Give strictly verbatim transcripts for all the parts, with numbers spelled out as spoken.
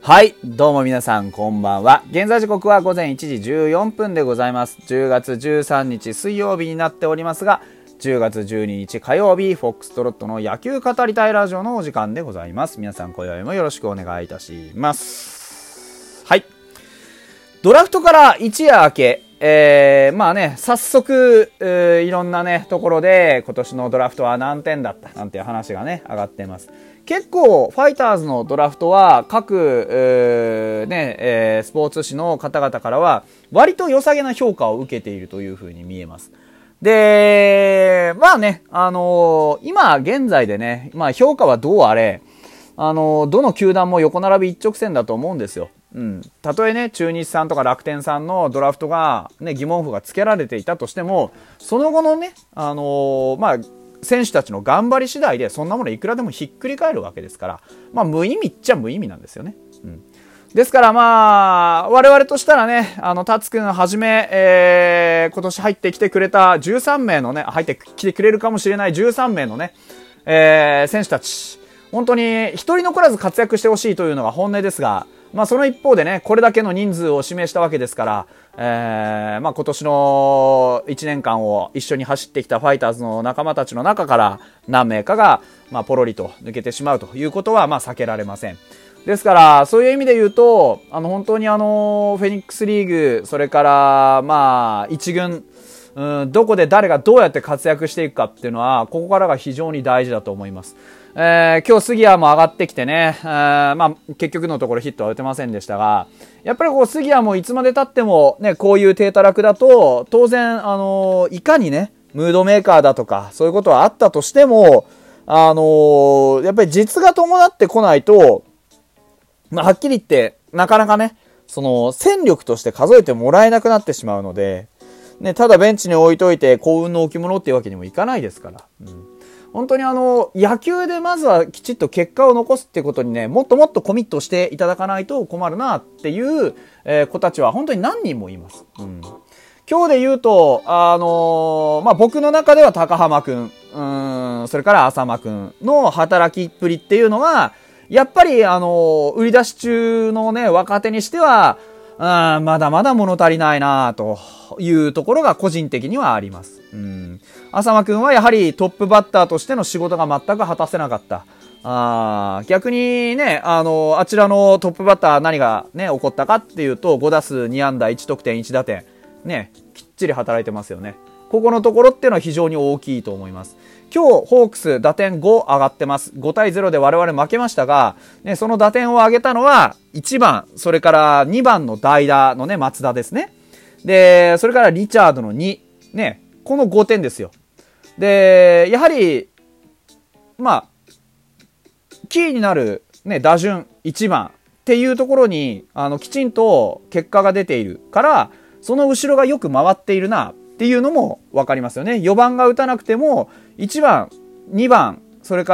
はい、どうも皆さんこんばんは。現在時刻は午前いちじじゅうよんぷんでございます。じゅうがつじゅうさんにち水曜日になっておりますが、じゅうがつじゅうににち火曜日、フォックストロットの野球語りたいラジオのお時間でございます。皆さん今宵もよろしくお願いいたします。はい。ドラフトから一夜明け、えー、まあね、早速、えー、いろんなね、ところで今年のドラフトは何点だったなんていう話がね、上がっています。結構、ファイターズのドラフトは各、えーねえー、スポーツ紙の方々からは割と良さげな評価を受けているというふうに見えます。で、まあね、あのー、今現在でね、まあ評価はどうあれ、あのー、どの球団も横並び一直線だと思うんですよ。うん。たとえね、中日さんとか楽天さんのドラフトが、ね、疑問符がつけられていたとしても、その後のね、あのー、まあ、選手たちの頑張り次第でそんなものいくらでもひっくり返るわけですから、まあ無意味っちゃ無意味なんですよね。うん。ですからまあ、我々としたらね、あの、タツくんはじめ、えー、今年入ってきてくれたじゅうさんめいのね、入ってきてくれるかもしれないじゅうさんめいのね、えー、選手たち、本当に一人残らず活躍してほしいというのが本音ですが、まあその一方でね、これだけの人数を指名したわけですから、えー、まあ今年のいちねんかんを一緒に走ってきたファイターズの仲間たちの中から何名かが、まあポロリと抜けてしまうということは、まあ避けられません。ですから、そういう意味で言うと、あの本当にあの、フェニックスリーグ、それから、まあ一軍、うん、どこで誰がどうやって活躍していくかっていうのは、ここからが非常に大事だと思います。えー、今日杉谷も上がってきてね、えー、まあ結局のところヒットは打てませんでしたが、やっぱりこう杉谷もいつまで経ってもね、こういう低たらくだと、当然、あのー、いかにね、ムードメーカーだとか、そういうことはあったとしても、あのー、やっぱり実が伴ってこないと、まあはっきり言って、なかなかね、その、戦力として数えてもらえなくなってしまうので、ね、ただベンチに置いといて幸運の置物っていうわけにもいかないですから。うん、本当にあの、野球でまずはきちっと結果を残すっていうことにね、もっともっとコミットしていただかないと困るなっていう、えー、子たちは本当に何人もいます。うん、今日で言うと、あのー、まあ、僕の中では高浜くん、うん、それから浅間くんの働きっぷりっていうのは、やっぱりあのー、売り出し中のね、若手にしては、うん、まだまだ物足りないなというところが個人的にはあります。うん。浅間くんはやはりトップバッターとしての仕事が全く果たせなかった。あ逆にね、あの、あちらのトップバッター何がね、起こったかっていうと、ごだすうにあんだいちとくてんいちだてん。ね、きっちり働いてますよね。ここのところっていうのは非常に大きいと思います。今日、ホークス打点ご上がってます。ごたいゼロで我々負けましたが、ね、その打点を上げたのはいちばん、それからにばんの代打のね、松田ですね。で、それからリチャードのに、ね、このごてんですよ。で、やはり、まあ、キーになる、ね、打順いちばんっていうところに、あの、きちんと結果が出ているから、その後ろがよく回っているな、っていうのも分かりますよね。よばんが打たなくても、いちばん、にばん、それから、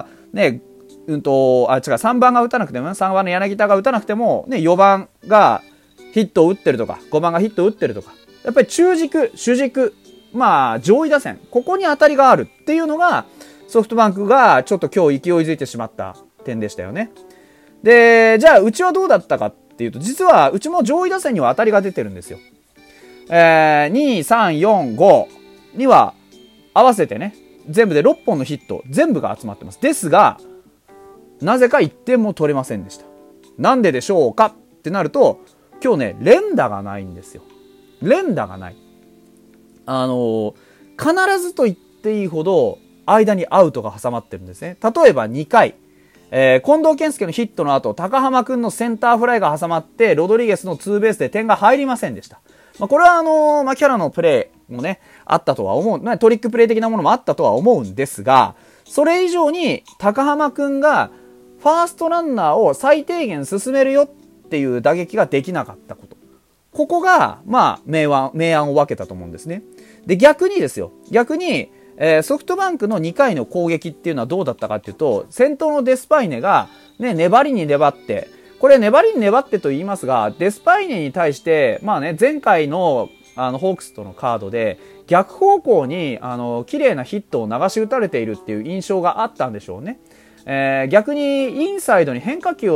ね、うんと、あ、違う、さんばんが打たなくても、さんばんの柳田が打たなくても、ね、よばんがヒットを打ってるとか、ごばんがヒットを打ってるとか、やっぱり中軸、主軸、まあ、上位打線、ここに当たりがあるっていうのが、ソフトバンクがちょっと今日勢いづいてしまった点でしたよね。で、じゃあ、うちはどうだったかっていうと、実は、うちも上位打線には当たりが出てるんですよ。えー、に、さん、よん、ごには合わせてね、全部でろっぽんのヒット、全部が集まってます。ですが、なぜかいってんも取れませんでした。なんででしょうかってなると、今日ね、連打がないんですよ。連打がない。あのー、必ずと言っていいほど、間にアウトが挟まってるんですね。例えばにかい、えー、近藤健介のヒットの後、高浜くんのセンターフライが挟まって、ロドリゲスのツーベースで点が入りませんでした。まあ、これはあのー、まあ、キャラのプレーもね、あったとは思う、まあ、トリックプレー的なものもあったとは思うんですが、それ以上に高浜くんがファーストランナーを最低限進めるよっていう打撃ができなかったこと。ここが、まあ、明暗、明暗を分けたと思うんですね。で、逆にですよ。逆に、えー、ソフトバンクのにかいの攻撃っていうのはどうだったかっていうと、先頭のデスパイネが、ね、粘りに粘って、これ粘りに粘ってと言いますが、デスパイネに対して、まあね、前回の、あの、ホークスとのカードで、逆方向に、あの、綺麗なヒットを流し打たれているっていう印象があったんでしょうね。えー、逆にインサイドに変化球を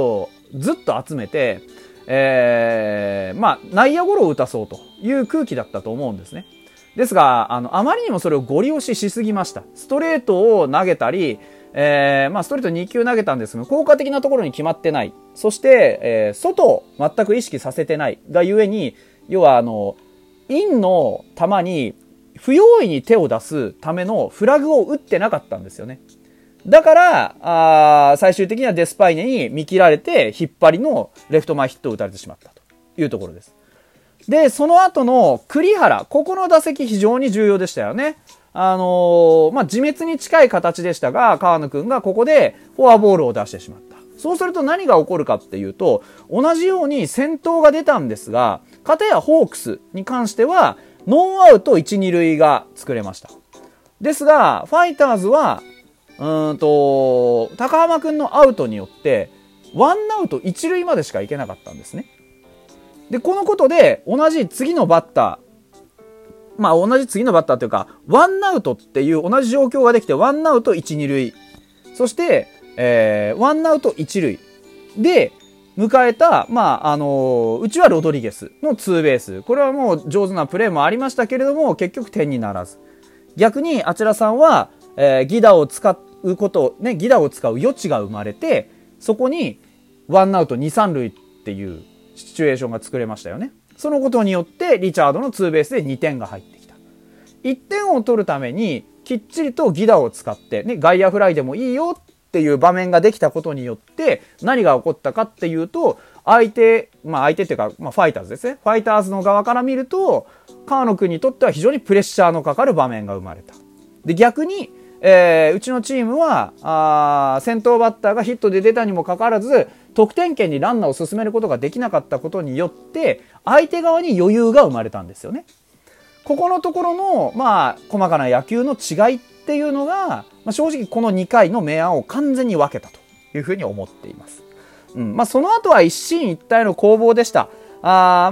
ずっと集めて、えー、まあ、内野ゴロを打たそうという空気だったと思うんですね。ですが、あの、あまりにもそれをゴリ押ししすぎました。ストレートを投げたり、えー、まあ、ストレートにきゅう投げたんですが、効果的なところに決まってない。そして、えー、外を全く意識させてないがゆえに、要はあの、インの球に不用意に手を出すためのフラグを打ってなかったんですよね。だから、あ最終的にはデスパイネに見切られて、引っ張りのレフト前ヒットを打たれてしまったというところです。で、その後の栗原、ここの打席非常に重要でしたよね。あのー、まあ、自滅に近い形でしたが、川野くんがここでフォアボールを出してしまった。そうすると何が起こるかっていうと、同じように先頭が出たんですが、片やホークスに関しては、ノーアウトいち、に塁が作れました。ですが、ファイターズは、うーんと、高浜くんのアウトによって、ワンアウトいち塁までしか行けなかったんですね。で、このことで、同じ次のバッター、まあ同じ次のバッターというか、ワンアウトっていう同じ状況ができて、ワンアウトいち、に塁。そして、えー、ワンアウトいち塁。で、迎えた、まあ、あのー、うちはロドリゲスのツーベース。これはもう上手なプレーもありましたけれども、結局点にならず。逆に、あちらさんは、えー、ギダを使うこと、ね、ギダを使う余地が生まれて、そこに、ワンアウトに、さん塁っていうシチュエーションが作れましたよね。そのことによって、リチャードのツーベースでにてんが入ってきた。いってんを取るために、きっちりとギダを使って、ね、外野フライでもいいよっていう場面ができたことによって、何が起こったかっていうと、相手、まあ相手っていうか、まあファイターズですね。ファイターズの側から見ると、川野くんにとっては非常にプレッシャーのかかる場面が生まれた。で、逆に、えー、うちのチームは、あ先頭バッターがヒットで出たにもかかわらず、得点圏にランナーを進めることができなかったことによって、相手側に余裕が生まれたんですよね。ここのところの、まあ、細かな野球の違いっていうのが、まあ、正直このにかいの明暗を完全に分けたというふうに思っています。うん。まあ、その後は一進一退の攻防でした。あ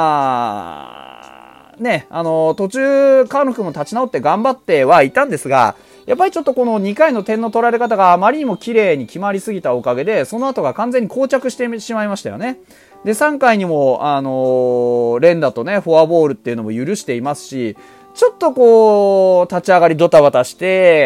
まあ、ね、あの、途中、川野くんも立ち直って頑張ってはいたんですが、やっぱりちょっとこのにかいの点の取られ方があまりにも綺麗に決まりすぎたおかげで、その後が完全に膠着してしまいましたよね。で、さんかいにも、あのー、連打とね、フォアボールっていうのも許していますし、ちょっとこう、立ち上がりドタバタして、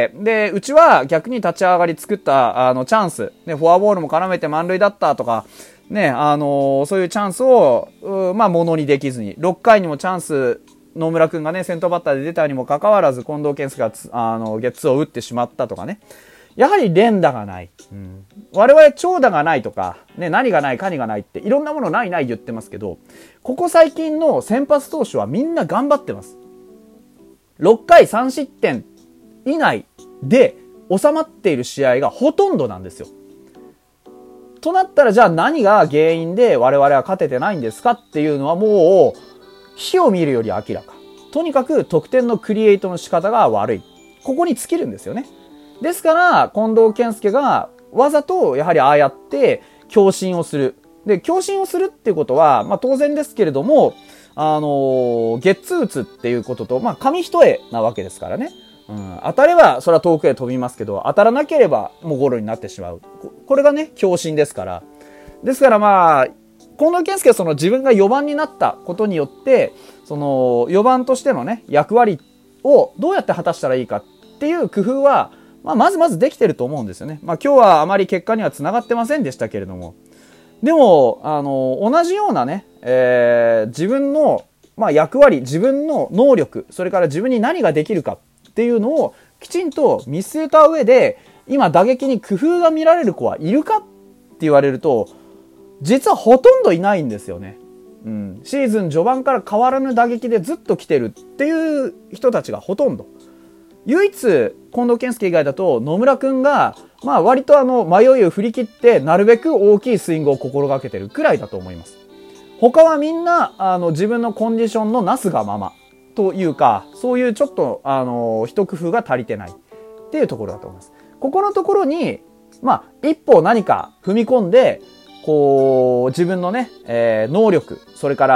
で、うちは逆に立ち上がり作った、あの、チャンス、ね、フォアボールも絡めて満塁だったとか、ね、あのー、そういうチャンスを、まあ、ものにできずに、ろっかいにもチャンス、野村くんがね、先頭バッターで出たにもかかわらず、近藤健介があの、ゲッツーを打ってしまったとかね。やはり連打がない。うん、我々長打がないとか、ね、何がないかにがないって、いろんなものないない言ってますけど、ここ最近の先発投手はみんな頑張ってます。ろっかいさん失点以内で収まっている試合がほとんどなんですよ。となったら、じゃあ何が原因で我々は勝ててないんですかっていうのはもう、火を見るより明らか。とにかく得点のクリエイトの仕方が悪い。ここに尽きるんですよね。ですから、近藤健介がわざとやはりああやって強振をする。で、強振をするっていうことは、まあ当然ですけれども、あのー、ゲッツー打つっていうことと、まあ紙一重なわけですからね。うん、当たればそれは遠くへ飛びますけど、当たらなければもうゴロになってしまう。これがね、強振ですから。ですからまあ、近藤健介はその自分がよばんになったことによって、そのよばんとしてのね、役割をどうやって果たしたらいいかっていう工夫は、まあ、まずまずできてると思うんですよね。まあ今日はあまり結果にはつながってませんでしたけれども。でも、あの、同じようなね、えー、自分の、まあ、役割、自分の能力、それから自分に何ができるかっていうのをきちんと見据えた上で、今打撃に工夫が見られる子はいるかって言われると、実はほとんどいないんですよね。うん。シーズン序盤から変わらぬ打撃でずっと来てるっていう人たちがほとんど。唯一、近藤健介以外だと野村くんが、まあ割とあの迷いを振り切ってなるべく大きいスイングを心がけてるくらいだと思います。他はみんな、あの自分のコンディションのなすがままというか、そういうちょっとあの一工夫が足りてないっていうところだと思います。ここのところに、まあ一歩何か踏み込んで、こう、自分のね、えー、能力、それから、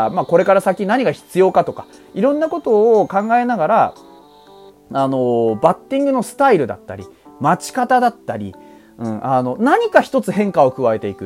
まあ、これから先何が必要かとか、いろんなことを考えながら、あの、バッティングのスタイルだったり、待ち方だったり、うん、あの、何か一つ変化を加えていくっ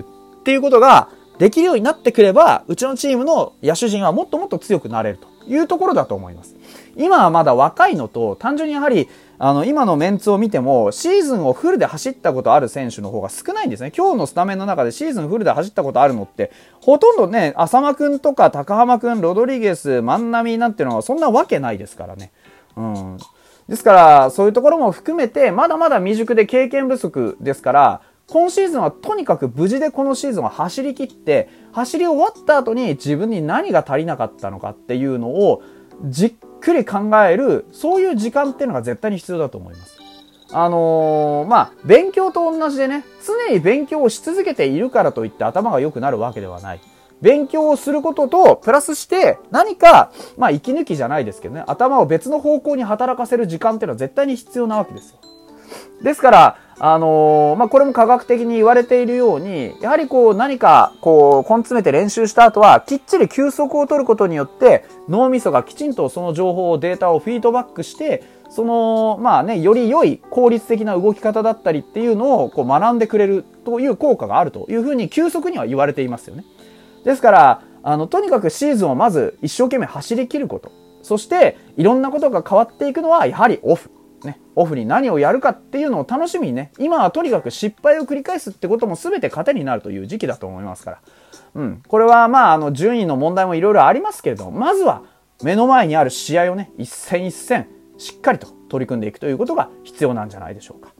っていうことができるようになってくれば、うちのチームの野手陣はもっともっと強くなれるというところだと思います。今はまだ若いのと、単純にやはり、あの、今のメンツを見ても、シーズンをフルで走ったことある選手の方が少ないんですね。今日のスタメンの中でシーズンフルで走ったことあるのって、ほとんどね、浅間くんとか高浜くん、ロドリゲス、万波なんていうのはそんなわけないですからね。うん。ですから、そういうところも含めて、まだまだ未熟で経験不足ですから、今シーズンはとにかく無事でこのシーズンを走り切って、走り終わった後に自分に何が足りなかったのかっていうのをじっくり考える、そういう時間っていうのが絶対に必要だと思います。あのー、まあ、勉強と同じでね、常に勉強をし続けているからといって頭が良くなるわけではない。勉強をすることと、プラスして何か、まあ、息抜きじゃないですけどね、頭を別の方向に働かせる時間っていうのは絶対に必要なわけですよ。ですから、あのー、まあ、これも科学的に言われているように、やはりこう何かこう根詰めて練習した後はきっちり休息を取ることによって脳みそがきちんとその情報をデータをフィードバックして、そのまあね、より良い効率的な動き方だったりっていうのをこう学んでくれるという効果があるというふうに休息には言われていますよね。ですから、あのとにかくシーズンをまず一生懸命走り切ること、そしていろんなことが変わっていくのはやはりオフ。ね、オフに何をやるかっていうのを楽しみにね、今はとにかく失敗を繰り返すってことも全て糧になるという時期だと思いますから。うん。これはまあ、あの、順位の問題もいろいろありますけれども、まずは目の前にある試合をね、一戦一戦しっかりと取り組んでいくということが必要なんじゃないでしょうか。